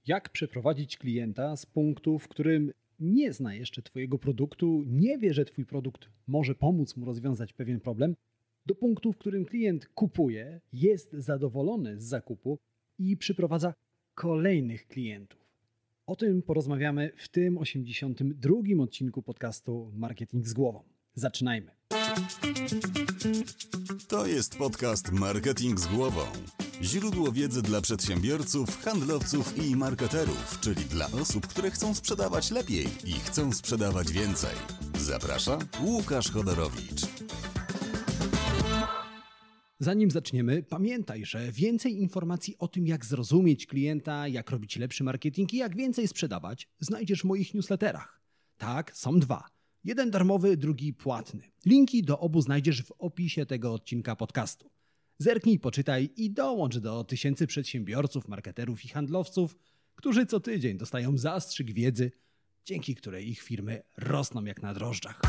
Jak przeprowadzić klienta z punktu, w którym nie zna jeszcze Twojego produktu, nie wie, że Twój produkt może pomóc mu rozwiązać pewien problem, do punktu, w którym klient kupuje, jest zadowolony z zakupu i przyprowadza kolejnych klientów. O tym porozmawiamy w tym 82. odcinku podcastu Marketing z Głową. Zaczynajmy. To jest podcast Marketing z Głową. Źródło wiedzy dla przedsiębiorców, handlowców i marketerów, czyli dla osób, które chcą sprzedawać lepiej i chcą sprzedawać więcej. Zaprasza Łukasz Chodorowicz. Zanim zaczniemy, pamiętaj, że więcej informacji o tym, jak zrozumieć klienta, jak robić lepszy marketing i jak więcej sprzedawać, znajdziesz w moich newsletterach. Tak, są dwa. Jeden darmowy, drugi płatny. Linki do obu znajdziesz w opisie tego odcinka podcastu. Zerknij, poczytaj i dołącz do tysięcy przedsiębiorców, marketerów i handlowców, którzy co tydzień dostają zastrzyk wiedzy, dzięki której ich firmy rosną jak na drożdżach.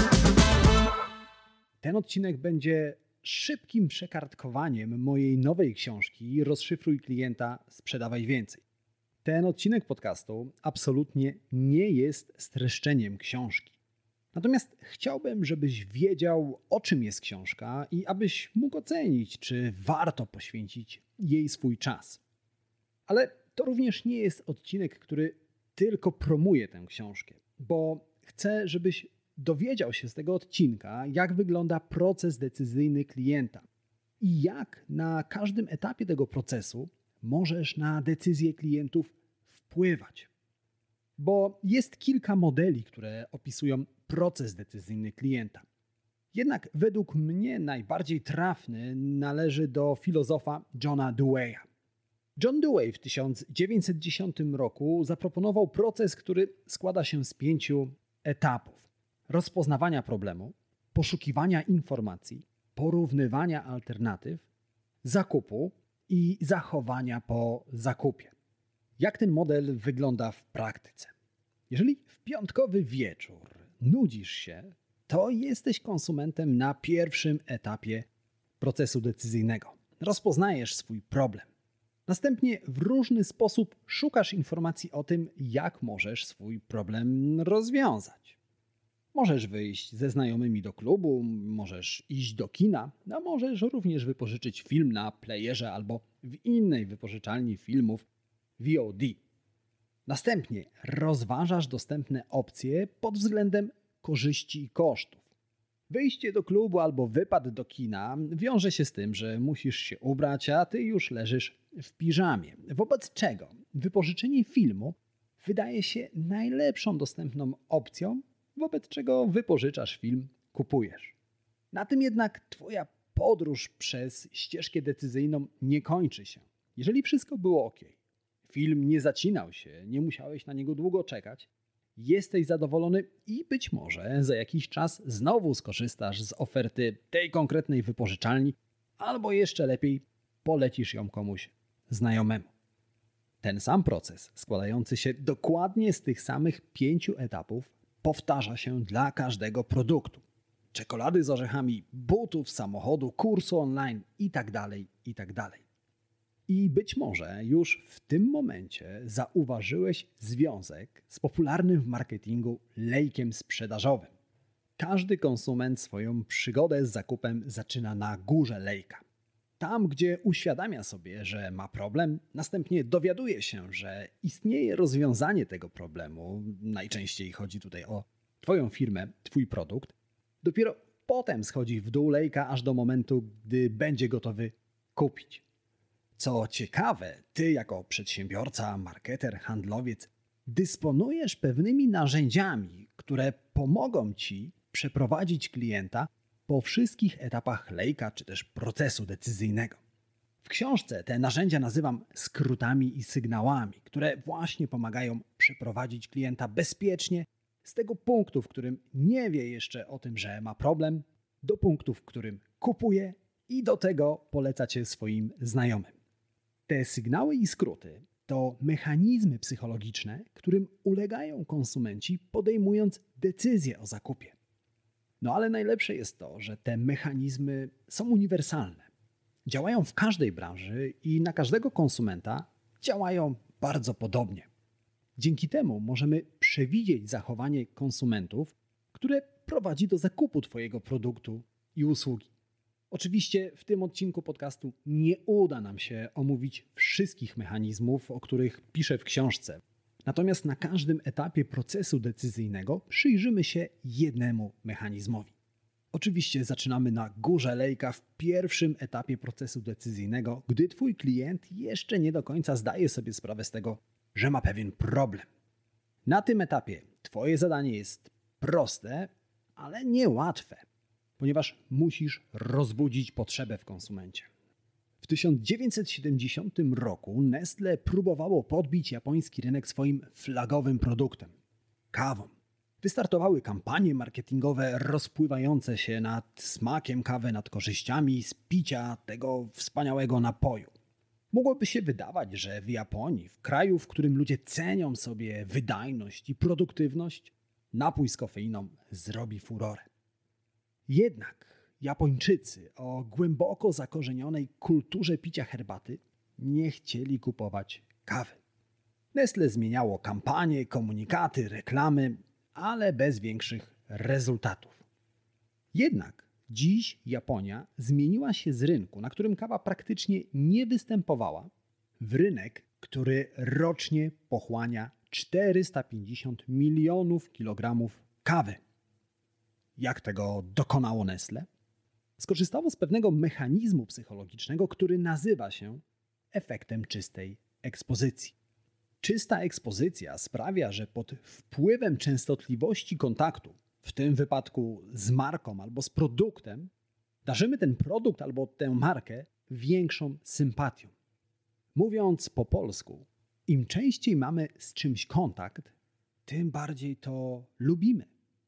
Ten odcinek będzie szybkim przekartkowaniem mojej nowej książki Rozszyfruj klienta, sprzedawaj więcej. Ten odcinek podcastu absolutnie nie jest streszczeniem książki. Natomiast chciałbym, żebyś wiedział, o czym jest książka i abyś mógł ocenić, czy warto poświęcić jej swój czas. Ale to również nie jest odcinek, który tylko promuje tę książkę, bo chcę, żebyś dowiedział się z tego odcinka, jak wygląda proces decyzyjny klienta i jak na każdym etapie tego procesu możesz na decyzje klientów wpływać. Bo jest kilka modeli, które opisują proces decyzyjny klienta. Jednak według mnie najbardziej trafny należy do filozofa Johna Dewey'a. John Dewey w 1910 roku zaproponował proces, który składa się z 5 etapów. Rozpoznawania problemu, poszukiwania informacji, porównywania alternatyw, zakupu i zachowania po zakupie. Jak ten model wygląda w praktyce? Jeżeli w piątkowy wieczór nudzisz się, to jesteś konsumentem na pierwszym etapie procesu decyzyjnego. Rozpoznajesz swój problem. Następnie w różny sposób szukasz informacji o tym, jak możesz swój problem rozwiązać. Możesz wyjść ze znajomymi do klubu, możesz iść do kina, a możesz również wypożyczyć film na playerze albo w innej wypożyczalni filmów VOD. Następnie rozważasz dostępne opcje pod względem korzyści i kosztów. Wyjście do klubu albo wypad do kina wiąże się z tym, że musisz się ubrać, a ty już leżysz w piżamie. Wobec czego wypożyczenie filmu wydaje się najlepszą dostępną opcją, wobec czego wypożyczasz film, kupujesz. Na tym jednak twoja podróż przez ścieżkę decyzyjną nie kończy się. Jeżeli wszystko było ok, film nie zacinał się, nie musiałeś na niego długo czekać, jesteś zadowolony i być może za jakiś czas znowu skorzystasz z oferty tej konkretnej wypożyczalni, albo jeszcze lepiej polecisz ją komuś znajomemu. Ten sam proces, składający się dokładnie z tych samych 5 etapów, powtarza się dla każdego produktu. Czekolady z orzechami, butów, samochodu, kursu online itd., itd. I być może już w tym momencie zauważyłeś związek z popularnym w marketingu lejkiem sprzedażowym. Każdy konsument swoją przygodę z zakupem zaczyna na górze lejka. Tam, gdzie uświadamia sobie, że ma problem, następnie dowiaduje się, że istnieje rozwiązanie tego problemu, najczęściej chodzi tutaj o Twoją firmę, Twój produkt, dopiero potem schodzi w dół lejka aż do momentu, gdy będzie gotowy kupić. Co ciekawe, ty jako przedsiębiorca, marketer, handlowiec dysponujesz pewnymi narzędziami, które pomogą ci przeprowadzić klienta po wszystkich etapach lejka czy też procesu decyzyjnego. W książce te narzędzia nazywam skrótami i sygnałami, które właśnie pomagają przeprowadzić klienta bezpiecznie z tego punktu, w którym nie wie jeszcze o tym, że ma problem, do punktu, w którym kupuje i do tego poleca cię swoim znajomym. Te sygnały i skróty to mechanizmy psychologiczne, którym ulegają konsumenci, podejmując decyzję o zakupie. No ale najlepsze jest to, że te mechanizmy są uniwersalne. Działają w każdej branży i na każdego konsumenta działają bardzo podobnie. Dzięki temu możemy przewidzieć zachowanie konsumentów, które prowadzi do zakupu Twojego produktu i usługi. Oczywiście w tym odcinku podcastu nie uda nam się omówić wszystkich mechanizmów, o których piszę w książce. Natomiast na każdym etapie procesu decyzyjnego przyjrzymy się jednemu mechanizmowi. Oczywiście zaczynamy na górze lejka w pierwszym etapie procesu decyzyjnego, gdy Twój klient jeszcze nie do końca zdaje sobie sprawę z tego, że ma pewien problem. Na tym etapie Twoje zadanie jest proste, ale niełatwe, ponieważ musisz rozbudzić potrzebę w konsumencie. W 1970 roku Nestlé próbowało podbić japoński rynek swoim flagowym produktem – kawą. Wystartowały kampanie marketingowe rozpływające się nad smakiem kawy, nad korzyściami z picia tego wspaniałego napoju. Mogłoby się wydawać, że w Japonii, w kraju, w którym ludzie cenią sobie wydajność i produktywność, napój z kofeiną zrobi furorę. Jednak Japończycy o głęboko zakorzenionej kulturze picia herbaty nie chcieli kupować kawy. Nestlé zmieniało kampanie, komunikaty, reklamy, ale bez większych rezultatów. Jednak dziś Japonia zmieniła się z rynku, na którym kawa praktycznie nie występowała, w rynek, który rocznie pochłania 450 milionów kilogramów kawy. Jak tego dokonało Nestlé? Skorzystało z pewnego mechanizmu psychologicznego, który nazywa się efektem czystej ekspozycji. Czysta ekspozycja sprawia, że pod wpływem częstotliwości kontaktu, w tym wypadku z marką albo z produktem, darzymy ten produkt albo tę markę większą sympatią. Mówiąc po polsku, im częściej mamy z czymś kontakt, tym bardziej to lubimy.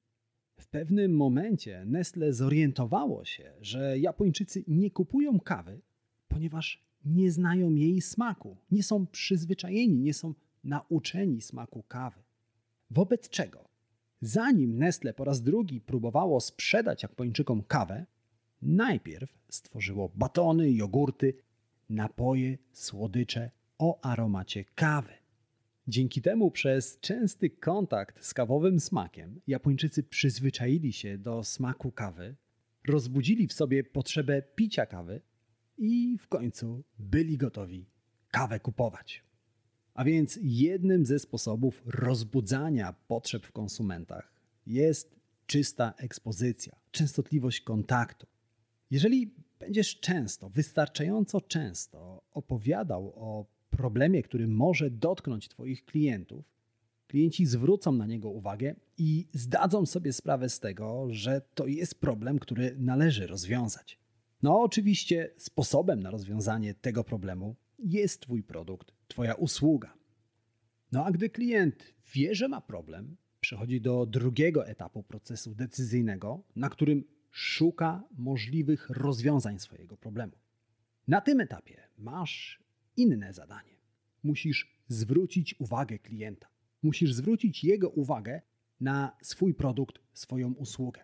W pewnym momencie Nestlé zorientowało się, że Japończycy nie kupują kawy, ponieważ nie znają jej smaku, nie są przyzwyczajeni, nie są nauczeni smaku kawy. Wobec czego, zanim Nestlé po raz drugi próbowało sprzedać Japończykom kawę, najpierw stworzyło batony, jogurty, napoje, słodycze o aromacie kawy. Dzięki temu przez częsty kontakt z kawowym smakiem Japończycy przyzwyczaili się do smaku kawy, rozbudzili w sobie potrzebę picia kawy i w końcu byli gotowi kawę kupować. A więc jednym ze sposobów rozbudzania potrzeb w konsumentach jest czysta ekspozycja, częstotliwość kontaktu. Jeżeli będziesz wystarczająco często opowiadał o problemie, który może dotknąć Twoich klientów, klienci zwrócą na niego uwagę i zdadzą sobie sprawę z tego, że to jest problem, który należy rozwiązać. No oczywiście sposobem na rozwiązanie tego problemu jest Twój produkt, Twoja usługa. No a gdy klient wie, że ma problem, przechodzi do drugiego etapu procesu decyzyjnego, na którym szuka możliwych rozwiązań swojego problemu. Na tym etapie masz inne zadanie. Musisz zwrócić uwagę klienta. Musisz zwrócić jego uwagę na swój produkt, swoją usługę.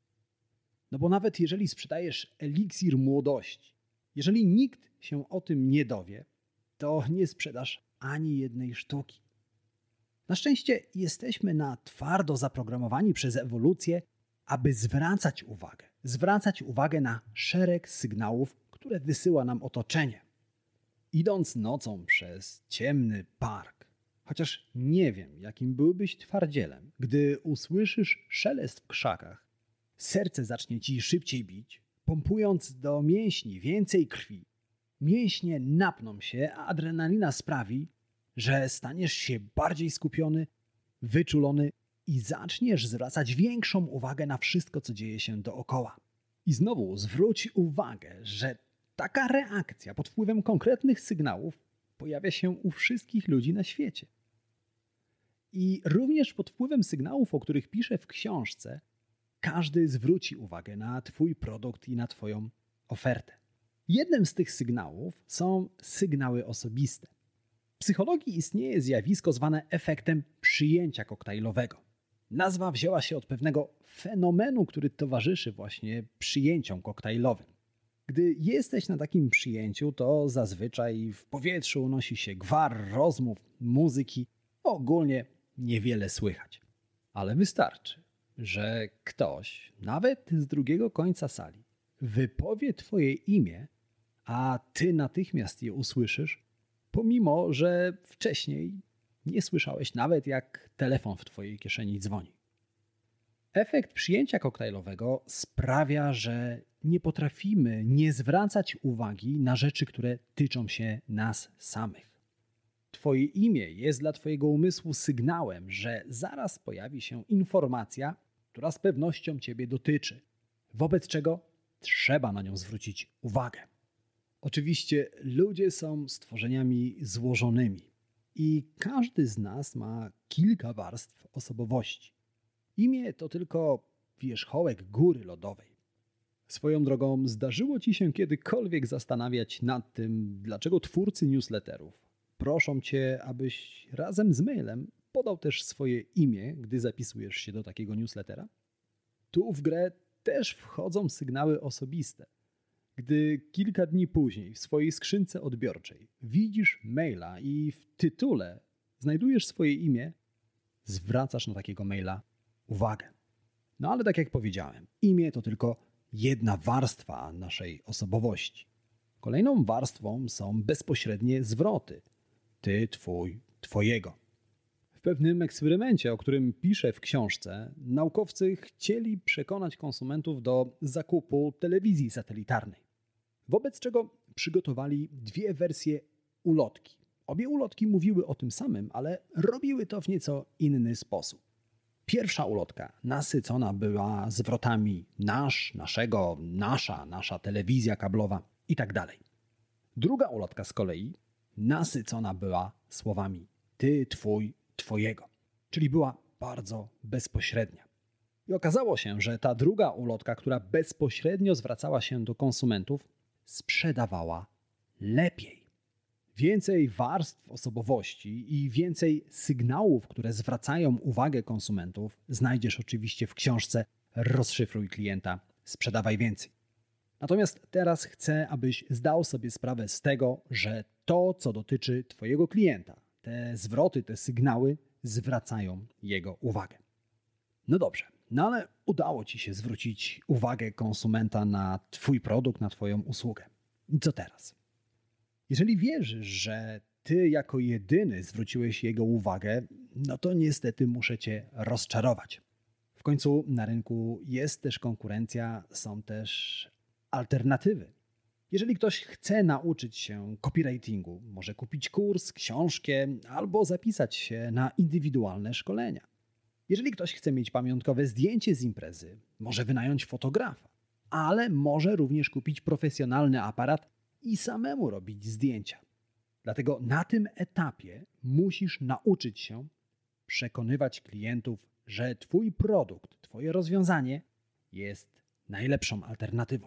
No bo nawet jeżeli sprzedajesz eliksir młodości, jeżeli nikt się o tym nie dowie, to nie sprzedasz ani jednej sztuki. Na szczęście jesteśmy na twardo zaprogramowani przez ewolucję, aby zwracać uwagę na szereg sygnałów, które wysyła nam otoczenie. Idąc nocą przez ciemny park, chociaż nie wiem, jakim byłbyś twardzielem, gdy usłyszysz szelest w krzakach, serce zacznie ci szybciej bić, pompując do mięśni więcej krwi. Mięśnie napną się, a adrenalina sprawi, że staniesz się bardziej skupiony, wyczulony i zaczniesz zwracać większą uwagę na wszystko, co dzieje się dookoła. I znowu zwróć uwagę, że taka reakcja pod wpływem konkretnych sygnałów pojawia się u wszystkich ludzi na świecie. I również pod wpływem sygnałów, o których piszę w książce, każdy zwróci uwagę na Twój produkt i na Twoją ofertę. Jednym z tych sygnałów są sygnały osobiste. W psychologii istnieje zjawisko zwane efektem przyjęcia koktajlowego. Nazwa wzięła się od pewnego fenomenu, który towarzyszy właśnie przyjęciom koktajlowym. Gdy jesteś na takim przyjęciu, to zazwyczaj w powietrzu unosi się gwar rozmów, muzyki, ogólnie niewiele słychać. Ale wystarczy, że ktoś, nawet z drugiego końca sali, wypowie twoje imię, a ty natychmiast je usłyszysz, pomimo że wcześniej nie słyszałeś nawet, jak telefon w twojej kieszeni dzwoni. Efekt przyjęcia koktajlowego sprawia, że nie potrafimy nie zwracać uwagi na rzeczy, które tyczą się nas samych. Twoje imię jest dla twojego umysłu sygnałem, że zaraz pojawi się informacja, która z pewnością ciebie dotyczy, wobec czego trzeba na nią zwrócić uwagę. Oczywiście ludzie są stworzeniami złożonymi i każdy z nas ma kilka warstw osobowości. Imię to tylko wierzchołek góry lodowej. Swoją drogą, zdarzyło ci się kiedykolwiek zastanawiać nad tym, dlaczego twórcy newsletterów proszą cię, abyś razem z mailem podał też swoje imię, gdy zapisujesz się do takiego newslettera? Tu w grę też wchodzą sygnały osobiste. Gdy kilka dni później w swojej skrzynce odbiorczej widzisz maila i w tytule znajdujesz swoje imię, zwracasz na takiego maila uwagę. No ale tak jak powiedziałem, imię to tylko jedna warstwa naszej osobowości. Kolejną warstwą są bezpośrednie zwroty. Ty, twój, twojego. W pewnym eksperymencie, o którym piszę w książce, naukowcy chcieli przekonać konsumentów do zakupu telewizji satelitarnej. Wobec czego przygotowali dwie wersje ulotki. Obie ulotki mówiły o tym samym, ale robiły to w nieco inny sposób. Pierwsza ulotka nasycona była zwrotami nasz, naszego, nasza telewizja kablowa itd. Druga ulotka z kolei nasycona była słowami ty, twój, twojego, czyli była bardzo bezpośrednia. I okazało się, że ta druga ulotka, która bezpośrednio zwracała się do konsumentów, sprzedawała lepiej. Więcej warstw osobowości i więcej sygnałów, które zwracają uwagę konsumentów, znajdziesz oczywiście w książce Rozszyfruj klienta, sprzedawaj więcej. Natomiast teraz chcę, abyś zdał sobie sprawę z tego, że to, co dotyczy twojego klienta, te zwroty, te sygnały zwracają jego uwagę. No dobrze, no ale udało ci się zwrócić uwagę konsumenta na twój produkt, na twoją usługę. I co teraz? Jeżeli wierzysz, że ty jako jedyny zwróciłeś jego uwagę, no to niestety muszę cię rozczarować. W końcu na rynku jest też konkurencja, są też alternatywy. Jeżeli ktoś chce nauczyć się copywritingu, może kupić kurs, książkę albo zapisać się na indywidualne szkolenia. Jeżeli ktoś chce mieć pamiątkowe zdjęcie z imprezy, może wynająć fotografa, ale może również kupić profesjonalny aparat i samemu robić zdjęcia. Dlatego na tym etapie musisz nauczyć się przekonywać klientów, że twój produkt, twoje rozwiązanie jest najlepszą alternatywą.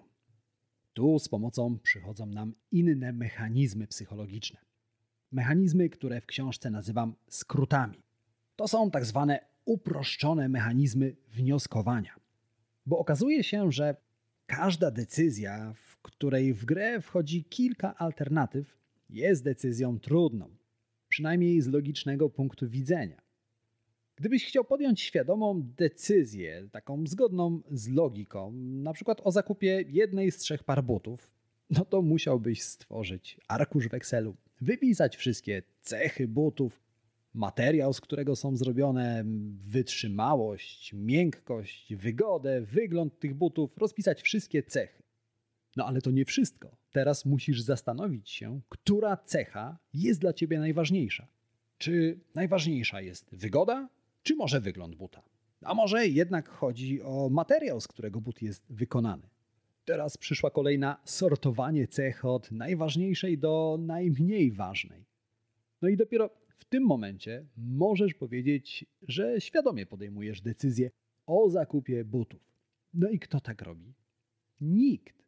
Tu z pomocą przychodzą nam inne mechanizmy psychologiczne. Mechanizmy, które w książce nazywam skrótami. To są tak zwane uproszczone mechanizmy wnioskowania. Bo okazuje się, że każda decyzja, w której w grę wchodzi kilka alternatyw, jest decyzją trudną, przynajmniej z logicznego punktu widzenia. Gdybyś chciał podjąć świadomą decyzję, taką zgodną z logiką, na przykład o zakupie jednej z 3 par butów, no to musiałbyś stworzyć arkusz w Excelu, wypisać wszystkie cechy butów, materiał, z którego są zrobione, wytrzymałość, miękkość, wygodę, wygląd tych butów, rozpisać wszystkie cechy. No ale to nie wszystko. Teraz musisz zastanowić się, która cecha jest dla ciebie najważniejsza. Czy najważniejsza jest wygoda, czy może wygląd buta? A może jednak chodzi o materiał, z którego but jest wykonany? Teraz przyszła kolej na sortowanie cech od najważniejszej do najmniej ważnej. No i dopiero w tym momencie możesz powiedzieć, że świadomie podejmujesz decyzję o zakupie butów. No i kto tak robi? Nikt.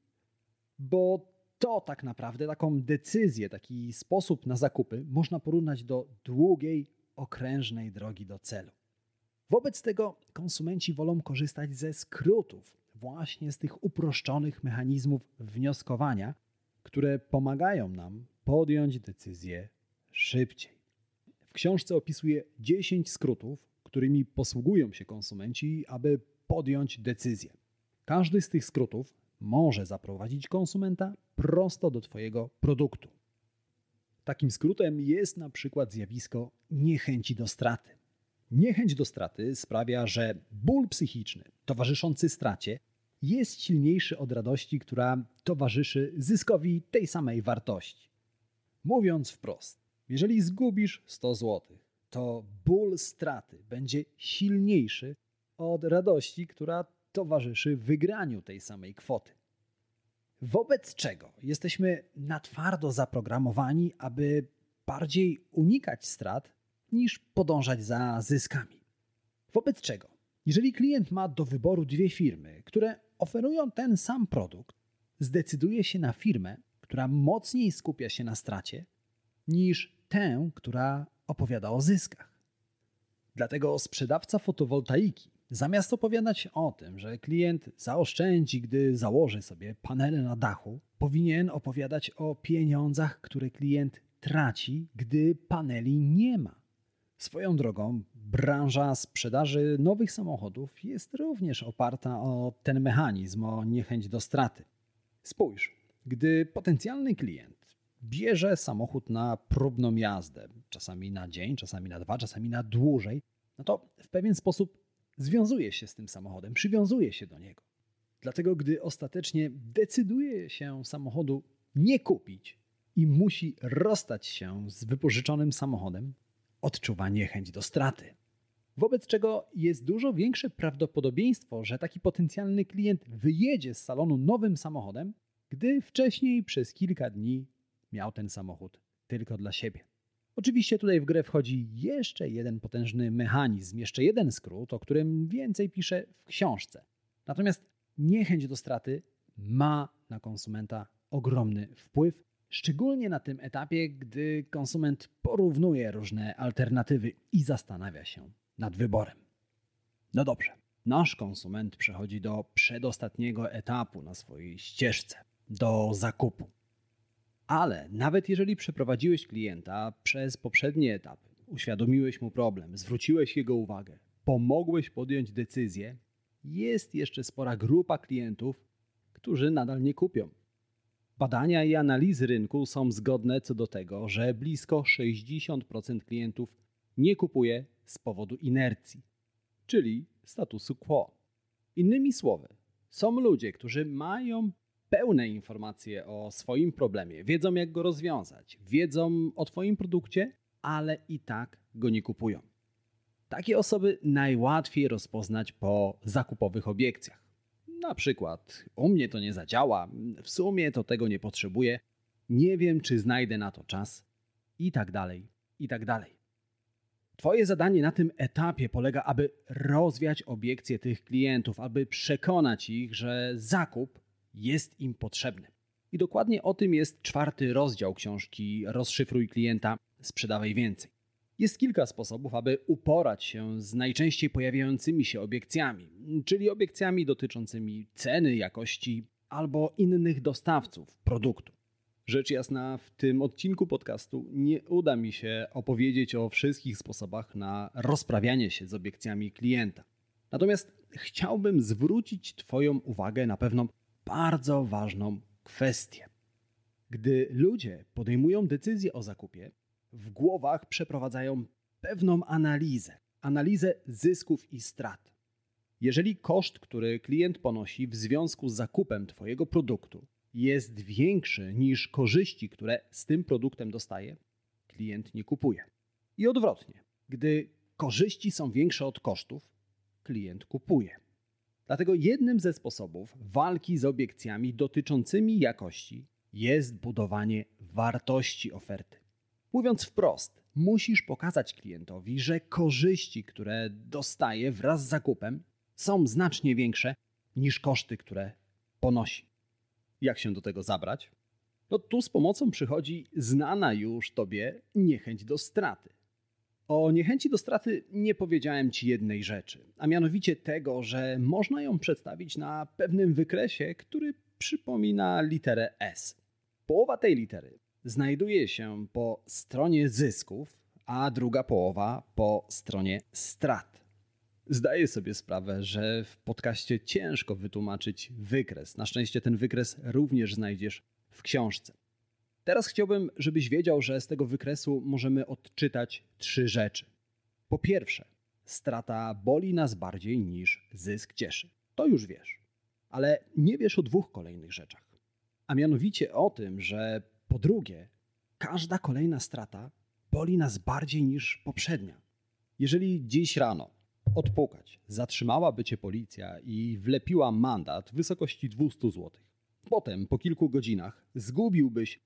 Bo to tak naprawdę taką decyzję, taki sposób na zakupy można porównać do długiej, okrężnej drogi do celu. Wobec tego konsumenci wolą korzystać ze skrótów, właśnie z tych uproszczonych mechanizmów wnioskowania, które pomagają nam podjąć decyzję szybciej. W książce opisuję 10 skrótów, którymi posługują się konsumenci, aby podjąć decyzję. Każdy z tych skrótów może zaprowadzić konsumenta prosto do Twojego produktu. Takim skrótem jest na przykład zjawisko niechęci do straty. Niechęć do straty sprawia, że ból psychiczny towarzyszący stracie jest silniejszy od radości, która towarzyszy zyskowi tej samej wartości. Mówiąc wprost, jeżeli zgubisz 100 zł, to ból straty będzie silniejszy od radości, która towarzyszy wygraniu tej samej kwoty. Wobec czego jesteśmy na twardo zaprogramowani, aby bardziej unikać strat niż podążać za zyskami. Wobec czego, jeżeli klient ma do wyboru dwie firmy, które oferują ten sam produkt, zdecyduje się na firmę, która mocniej skupia się na stracie, niż tę, która opowiada o zyskach. Dlatego sprzedawca fotowoltaiki, zamiast opowiadać o tym, że klient zaoszczędzi, gdy założy sobie panele na dachu, powinien opowiadać o pieniądzach, które klient traci, gdy paneli nie ma. Swoją drogą, branża sprzedaży nowych samochodów jest również oparta o ten mechanizm, o niechęć do straty. Spójrz, gdy potencjalny klient bierze samochód na próbną jazdę, czasami na dzień, czasami na 2, czasami na dłużej, no to w pewien sposób związuje się z tym samochodem, przywiązuje się do niego. Dlatego gdy ostatecznie decyduje się samochodu nie kupić i musi rozstać się z wypożyczonym samochodem, odczuwa niechęć do straty. Wobec czego jest dużo większe prawdopodobieństwo, że taki potencjalny klient wyjedzie z salonu nowym samochodem, gdy wcześniej przez kilka dni miał ten samochód tylko dla siebie. Oczywiście tutaj w grę wchodzi jeszcze jeden potężny mechanizm, jeszcze jeden skrót, o którym więcej piszę w książce. Natomiast niechęć do straty ma na konsumenta ogromny wpływ, szczególnie na tym etapie, gdy konsument porównuje różne alternatywy i zastanawia się nad wyborem. No dobrze, nasz konsument przechodzi do przedostatniego etapu na swojej ścieżce, do zakupu. Ale nawet jeżeli przeprowadziłeś klienta przez poprzednie etapy, uświadomiłeś mu problem, zwróciłeś jego uwagę, pomogłeś podjąć decyzję, jest jeszcze spora grupa klientów, którzy nadal nie kupią. Badania i analizy rynku są zgodne co do tego, że blisko 60% klientów nie kupuje z powodu inercji, czyli statusu quo. Innymi słowy, są ludzie, którzy mają pełne informacje o swoim problemie, wiedzą jak go rozwiązać, wiedzą o Twoim produkcie, ale i tak go nie kupują. Takie osoby najłatwiej rozpoznać po zakupowych obiekcjach. Na przykład, u mnie to nie zadziała, w sumie to tego nie potrzebuję, nie wiem czy znajdę na to czas i tak dalej, i tak dalej. Twoje zadanie na tym etapie polega, aby rozwiać obiekcje tych klientów, aby przekonać ich, że zakup jest im potrzebny. I dokładnie o tym jest 4. rozdział książki Rozszyfruj klienta, sprzedawaj więcej. Jest kilka sposobów, aby uporać się z najczęściej pojawiającymi się obiekcjami, czyli obiekcjami dotyczącymi ceny, jakości albo innych dostawców produktu. Rzecz jasna, w tym odcinku podcastu nie uda mi się opowiedzieć o wszystkich sposobach na rozprawianie się z obiekcjami klienta. Natomiast chciałbym zwrócić Twoją uwagę na pewną bardzo ważną kwestię. Gdy ludzie podejmują decyzję o zakupie, w głowach przeprowadzają pewną analizę zysków i strat. Jeżeli koszt, który klient ponosi w związku z zakupem Twojego produktu jest większy niż korzyści, które z tym produktem dostaje, klient nie kupuje. I odwrotnie, gdy korzyści są większe od kosztów, klient kupuje. Dlatego jednym ze sposobów walki z obiekcjami dotyczącymi jakości jest budowanie wartości oferty. Mówiąc wprost, musisz pokazać klientowi, że korzyści, które dostaje wraz z zakupem, są znacznie większe niż koszty, które ponosi. Jak się do tego zabrać? No tu z pomocą przychodzi znana już Tobie niechęć do straty. O niechęci do straty nie powiedziałem Ci jednej rzeczy, a mianowicie tego, że można ją przedstawić na pewnym wykresie, który przypomina literę S. Połowa tej litery znajduje się po stronie zysków, a druga połowa po stronie strat. Zdaję sobie sprawę, że w podcaście ciężko wytłumaczyć wykres. Na szczęście ten wykres również znajdziesz w książce. Teraz chciałbym, żebyś wiedział, że z tego wykresu możemy odczytać 3 rzeczy. Po pierwsze, strata boli nas bardziej niż zysk cieszy. To już wiesz. Ale nie wiesz o 2 kolejnych rzeczach. A mianowicie o tym, że po drugie, każda kolejna strata boli nas bardziej niż poprzednia. Jeżeli dziś rano odpukać zatrzymałaby Cię policja i wlepiła mandat w wysokości 200 zł, potem po kilku godzinach zgubiłbyś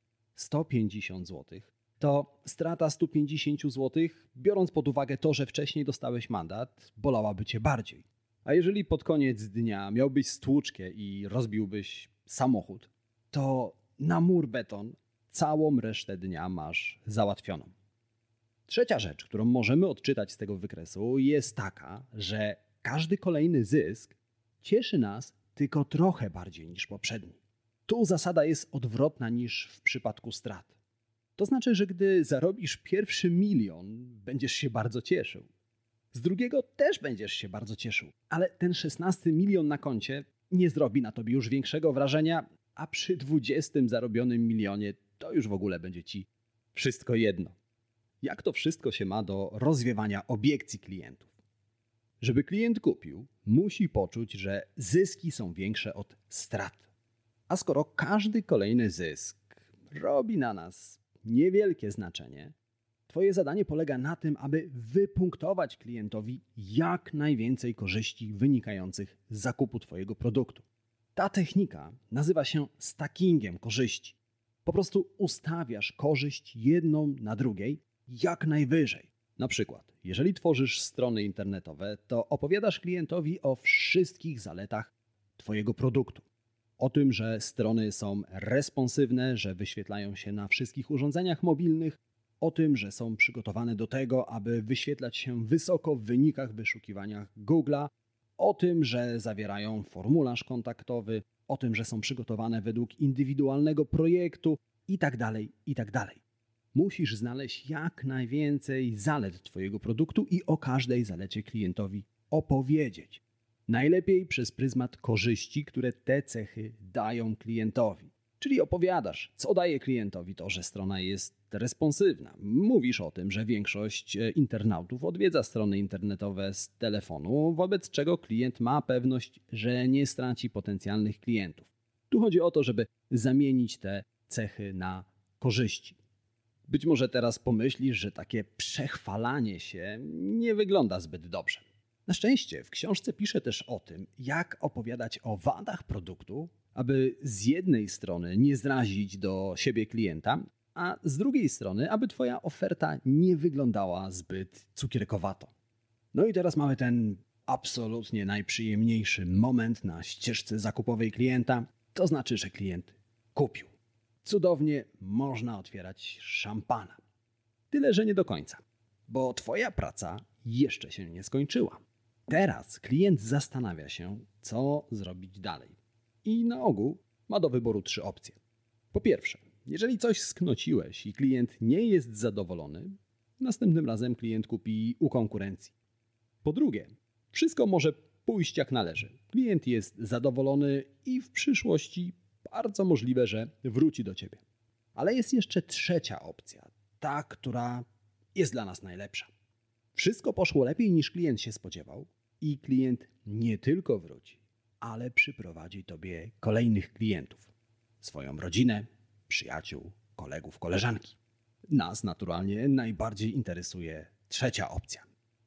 150 zł, to strata 150 zł, biorąc pod uwagę to, że wcześniej dostałeś mandat, bolałaby Cię bardziej. A jeżeli pod koniec dnia miałbyś stłuczkę i rozbiłbyś samochód, to na mur beton całą resztę dnia masz załatwioną. Trzecia rzecz, którą możemy odczytać z tego wykresu, jest taka, że każdy kolejny zysk cieszy nas tylko trochę bardziej niż poprzedni. Tu zasada jest odwrotna niż w przypadku strat. To znaczy, że gdy zarobisz pierwszy 1 milion, będziesz się bardzo cieszył. Z drugiego też będziesz się bardzo cieszył, ale ten 16 milion na koncie nie zrobi na tobie już większego wrażenia, a przy 20 zarobionym milionie to już w ogóle będzie ci wszystko jedno. Jak to wszystko się ma do rozwiewania obiekcji klientów? Żeby klient kupił, musi poczuć, że zyski są większe od strat. A skoro każdy kolejny zysk robi na nas niewielkie znaczenie, Twoje zadanie polega na tym, aby wypunktować klientowi jak najwięcej korzyści wynikających z zakupu Twojego produktu. Ta technika nazywa się stackingiem korzyści. Po prostu ustawiasz korzyść jedną na drugiej jak najwyżej. Na przykład, jeżeli tworzysz strony internetowe, to opowiadasz klientowi o wszystkich zaletach Twojego produktu. O tym, że strony są responsywne, że wyświetlają się na wszystkich urządzeniach mobilnych, o tym, że są przygotowane do tego, aby wyświetlać się wysoko w wynikach wyszukiwania Google'a, o tym, że zawierają formularz kontaktowy, o tym, że są przygotowane według indywidualnego projektu itd., itd. Musisz znaleźć jak najwięcej zalet Twojego produktu i o każdej zalecie klientowi opowiedzieć. Najlepiej przez pryzmat korzyści, które te cechy dają klientowi. Czyli opowiadasz, co daje klientowi to, że strona jest responsywna. Mówisz o tym, że większość internautów odwiedza strony internetowe z telefonu, wobec czego klient ma pewność, że nie straci potencjalnych klientów. Tu chodzi o to, żeby zamienić te cechy na korzyści. Być może teraz pomyślisz, że takie przechwalanie się nie wygląda zbyt dobrze. Na szczęście w książce piszę też o tym, jak opowiadać o wadach produktu, aby z jednej strony nie zrazić do siebie klienta, a z drugiej strony, aby Twoja oferta nie wyglądała zbyt cukierkowato. No i teraz mamy ten absolutnie najprzyjemniejszy moment na ścieżce zakupowej klienta, to znaczy, że klient kupił. Cudownie można otwierać szampana. Tyle, że nie do końca, bo Twoja praca jeszcze się nie skończyła. Teraz klient zastanawia się, co zrobić dalej. I na ogół ma do wyboru 3 opcje. Po pierwsze, jeżeli coś sknociłeś i klient nie jest zadowolony, następnym razem klient kupi u konkurencji. Po drugie, wszystko może pójść jak należy. Klient jest zadowolony i w przyszłości bardzo możliwe, że wróci do Ciebie. Ale jest jeszcze trzecia opcja, ta, która jest dla nas najlepsza. Wszystko poszło lepiej niż klient się spodziewał i klient nie tylko wróci, ale przyprowadzi Tobie kolejnych klientów. Swoją rodzinę, przyjaciół, kolegów, koleżanki. Nas naturalnie najbardziej interesuje trzecia opcja.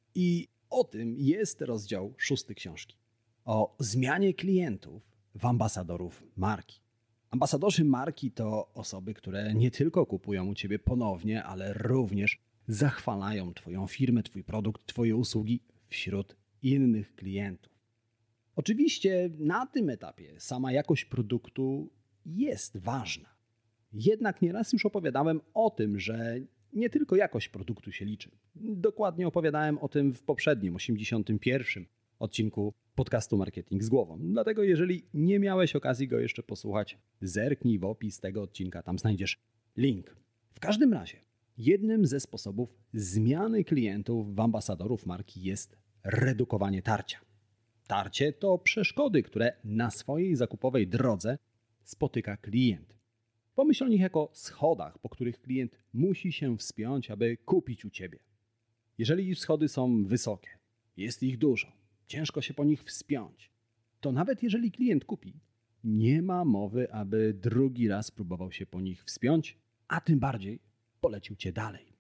I o tym jest rozdział 6 książki. O zmianie klientów w ambasadorów marki. Ambasadorzy marki to osoby, które nie tylko kupują u Ciebie ponownie, ale również zachwalają Twoją firmę, Twój produkt, Twoje usługi wśród innych klientów. Oczywiście na tym etapie sama jakość produktu jest ważna. Jednak nieraz już opowiadałem o tym, że Nie tylko jakość produktu się liczy. Dokładnie opowiadałem o tym w poprzednim, 81. odcinku podcastu Marketing z Głową. Dlatego jeżeli nie miałeś okazji go jeszcze posłuchać, zerknij w opis tego odcinka, tam znajdziesz link. W każdym razie, jednym ze sposobów zmiany klientów w ambasadorów marki jest redukowanie tarcia. Tarcie to przeszkody, które na swojej zakupowej drodze spotyka klient. Pomyśl o nich jako schodach, po których klient musi się wspiąć, aby kupić u Ciebie. Jeżeli schody są wysokie, jest ich dużo, ciężko się po nich wspiąć, to nawet jeżeli klient kupi, nie ma mowy, aby drugi raz próbował się po nich wspiąć, a tym bardziej polecił Cię dalej.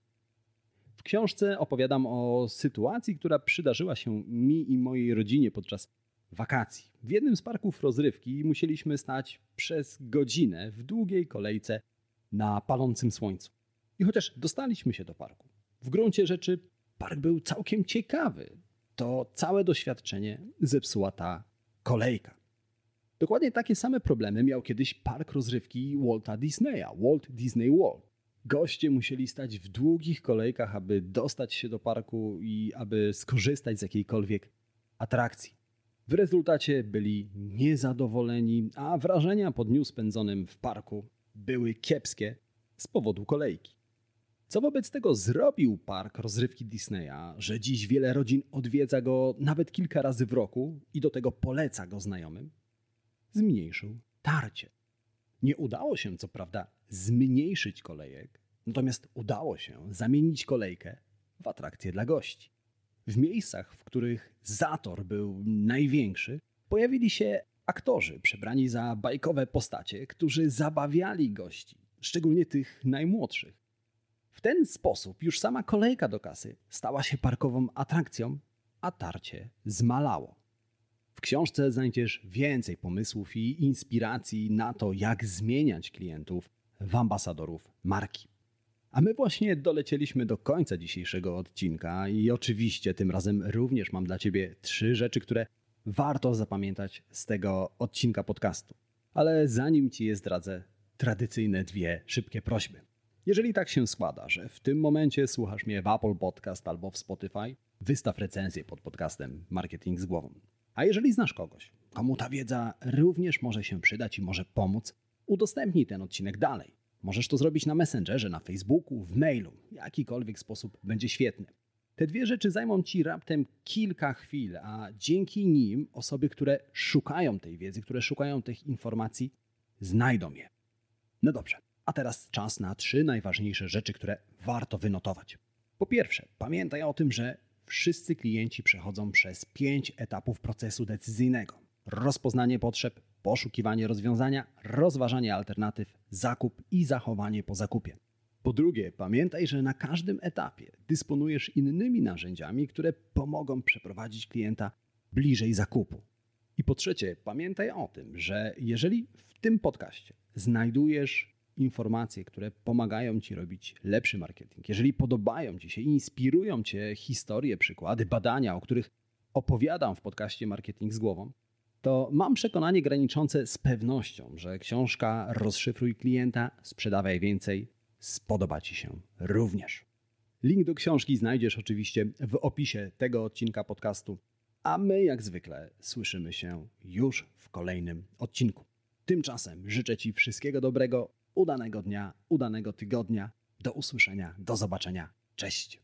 W książce opowiadam o sytuacji, która przydarzyła się mi i mojej rodzinie podczas wakacji. W jednym z parków rozrywki musieliśmy stać przez godzinę w długiej kolejce na palącym słońcu. I chociaż dostaliśmy się do parku, w gruncie rzeczy park był całkiem ciekawy, to całe doświadczenie zepsuła ta kolejka. Dokładnie takie same problemy miał kiedyś park rozrywki Walta Disneya, Walt Disney World. Goście musieli stać w długich kolejkach, aby dostać się do parku i aby skorzystać z jakiejkolwiek atrakcji. W rezultacie byli niezadowoleni, a wrażenia po dniu spędzonym w parku były kiepskie z powodu kolejki. Co wobec tego zrobił park rozrywki Disneya, że dziś wiele rodzin odwiedza go nawet kilka razy w roku i do tego poleca go znajomym? Zmniejszył tarcie. Nie udało się co prawda zmniejszyć kolejek, natomiast udało się zamienić kolejkę w atrakcję dla gości. W miejscach, w których zator był największy, pojawili się aktorzy przebrani za bajkowe postacie, którzy zabawiali gości, szczególnie tych najmłodszych. W ten sposób już sama kolejka do kasy stała się parkową atrakcją, a tarcie zmalało. W książce znajdziesz więcej pomysłów i inspiracji na to, jak zmieniać klientów w ambasadorów marki. A my właśnie dolecieliśmy do końca dzisiejszego odcinka i oczywiście tym razem również mam dla Ciebie 3 rzeczy, które warto zapamiętać z tego odcinka podcastu. Ale zanim Ci je zdradzę, tradycyjne 2 szybkie prośby. Jeżeli tak się składa, że w tym momencie słuchasz mnie w Apple Podcast albo w Spotify, wystaw recenzję pod podcastem Marketing z Głową. A jeżeli znasz kogoś, komu ta wiedza również może się przydać i może pomóc, udostępnij ten odcinek dalej. Możesz to zrobić na Messengerze, na Facebooku, w mailu. Jakikolwiek sposób będzie świetny. Te 2 rzeczy zajmą Ci raptem kilka chwil, a dzięki nim osoby, które szukają tej wiedzy, które szukają tych informacji, znajdą je. No dobrze, a teraz czas na 3 najważniejsze rzeczy, które warto wynotować. Po pierwsze, pamiętaj o tym, że wszyscy klienci przechodzą przez 5 etapów procesu decyzyjnego. Rozpoznanie potrzeb, poszukiwanie rozwiązania, rozważanie alternatyw, zakup i zachowanie po zakupie. Po drugie, pamiętaj, że na każdym etapie dysponujesz innymi narzędziami, które pomogą przeprowadzić klienta bliżej zakupu. I po trzecie, pamiętaj o tym, że jeżeli w tym podcaście znajdujesz informacje, które pomagają Ci robić lepszy marketing, jeżeli podobają Ci się, inspirują Cię historie, przykłady, badania, o których opowiadam w podcaście Marketing z Głową, to mam przekonanie graniczące z pewnością, że książka Rozszyfruj klienta, sprzedawaj więcej spodoba Ci się również. Link do książki znajdziesz oczywiście w opisie tego odcinka podcastu, a my jak zwykle słyszymy się już w kolejnym odcinku. Tymczasem życzę Ci wszystkiego dobrego, udanego dnia, udanego tygodnia. Do usłyszenia, do zobaczenia. Cześć!